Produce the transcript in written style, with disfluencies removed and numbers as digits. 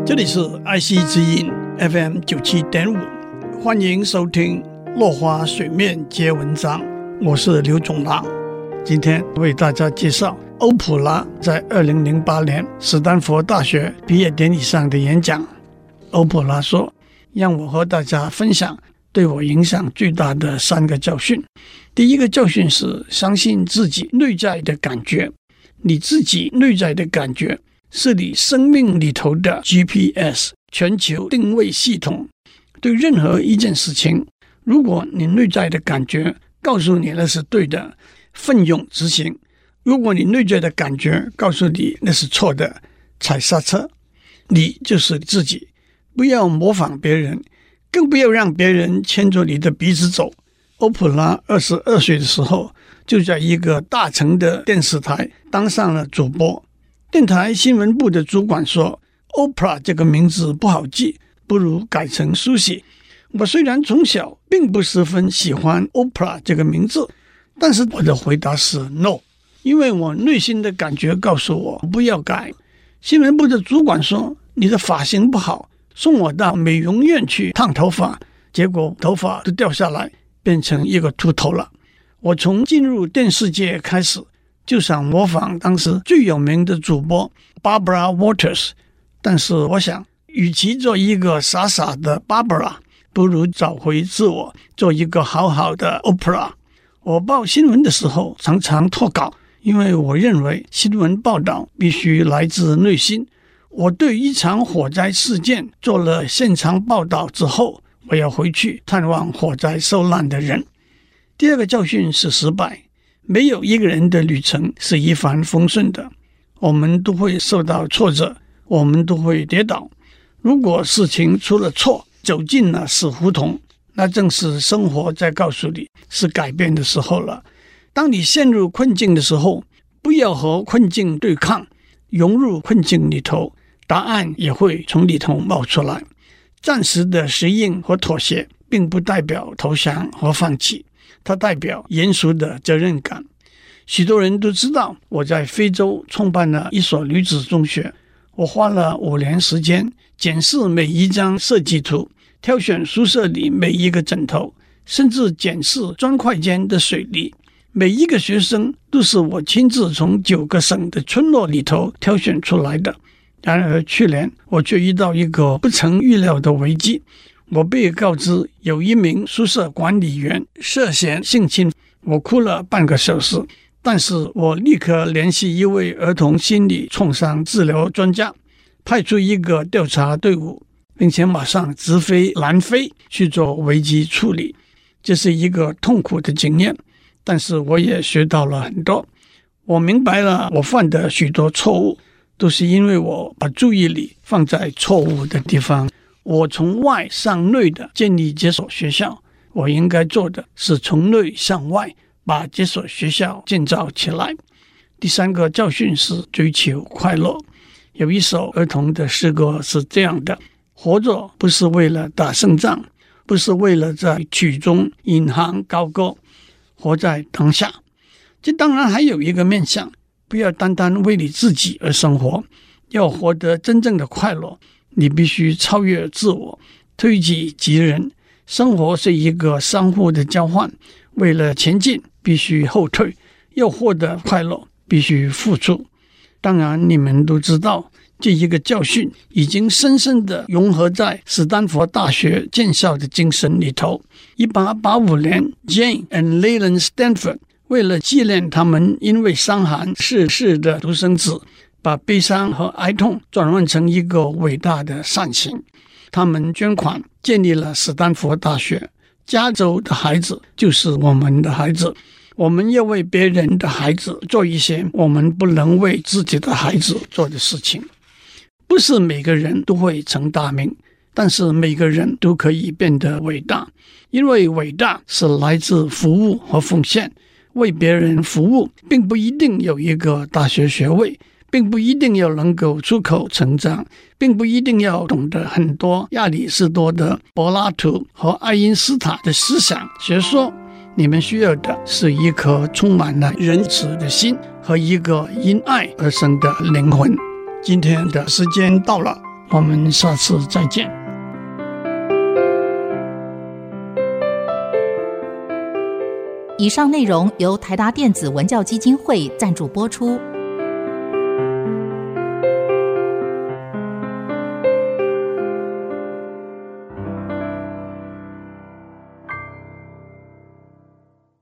这里是爱惜之音 FM 97.5，欢迎收听落花水面皆文章，我是刘总郎。今天为大家介绍欧普拉在2008年史丹佛大学毕业典礼上的演讲。欧普拉说，让我和大家分享对我影响最大的3个教训。第一个教训是相信自己内在的感觉，你自己内在的感觉是你生命里头的 GPS 全球定位系统。对任何一件事情，如果你内在的感觉告诉你那是对的，奋勇执行；如果你内在的感觉告诉你那是错的，踩刹车。你就是自己，不要模仿别人，更不要让别人牵着你的鼻子走。欧普拉22岁的时候，就在一个大城的电视台当上了主播。电台新闻部的主管说 Oprah 这个名字不好记，不如改成苏西。我虽然从小并不十分喜欢 Oprah 这个名字，但是我的回答是 no， 因为我内心的感觉告诉我不要改。新闻部的主管说，你的发型不好，送我到美容院去烫头发，结果头发都掉下来，变成一个秃头了。我从进入电视界开始就想模仿当时最有名的主播 Barbara Walters， 但是我想与其做一个傻傻的 Barbara， 不如找回自我，做一个好好的 Oprah。 我报新闻的时候常常脱稿，因为我认为新闻报道必须来自内心。我对一场火灾事件做了现场报道之后，我要回去探望火灾受难的人。第二个教训是失败。没有一个人的旅程是一帆风顺的，我们都会受到挫折，我们都会跌倒。如果事情出了错，走进了死胡同，那正是生活在告诉你是改变的时候了。当你陷入困境的时候，不要和困境对抗，融入困境里头，答案也会从里头冒出来。暂时的适应和妥协并不代表投降和放弃，它代表严肃的责任感。许多人都知道我在非洲创办了一所女子中学，我花了5年时间检视每一张设计图，挑选宿舍里每一个枕头，甚至检视砖块间的水泥。每一个学生都是我亲自从9个省的村落里头挑选出来的。然而去年我却遇到一个不曾预料的危机，我被告知有一名宿舍管理员涉嫌性侵，我哭了半个小时，但是我立刻联系一位儿童心理创伤治疗专家，派出一个调查队伍，并且马上直飞南非去做危机处理。这是一个痛苦的经验，但是我也学到了很多。我明白了我犯的许多错误都是因为我把注意力放在错误的地方。我从外向内的建立这所学校，我应该做的是从内向外把这所学校建造起来。第3个教训是追求快乐。有一首儿童的诗歌是这样的：活着不是为了打胜仗，不是为了在曲中引吭高歌，活在当下。这当然还有一个面向，不要单单为你自己而生活，要获得真正的快乐，你必须超越自我，推己及人。生活是一个相互的交换，为了前进必须后退，要获得快乐必须付出。当然你们都知道，这一个教训已经深深地融合在史丹佛大学建校的精神里头。1885年 Jane and Leland Stanford 为了纪念他们因为伤寒逝世的独生子，把悲伤和哀痛转换成一个伟大的善行。他们捐款建立了史丹佛大学。加州的孩子就是我们的孩子，我们要为别人的孩子做一些我们不能为自己的孩子做的事情。不是每个人都会成大名，但是每个人都可以变得伟大，因为伟大是来自服务和奉献。为别人服务并不一定有一个大学学位，并不一定要能够出口成章，并不一定要懂得很多亚里士多德、柏拉图和爱因斯坦的思想学说。你们需要的是一颗充满了仁慈的心和一个因爱而生的灵魂。今天的时间到了， 我们下次再见。 以上内容由台达电子文教基金会赞助播出。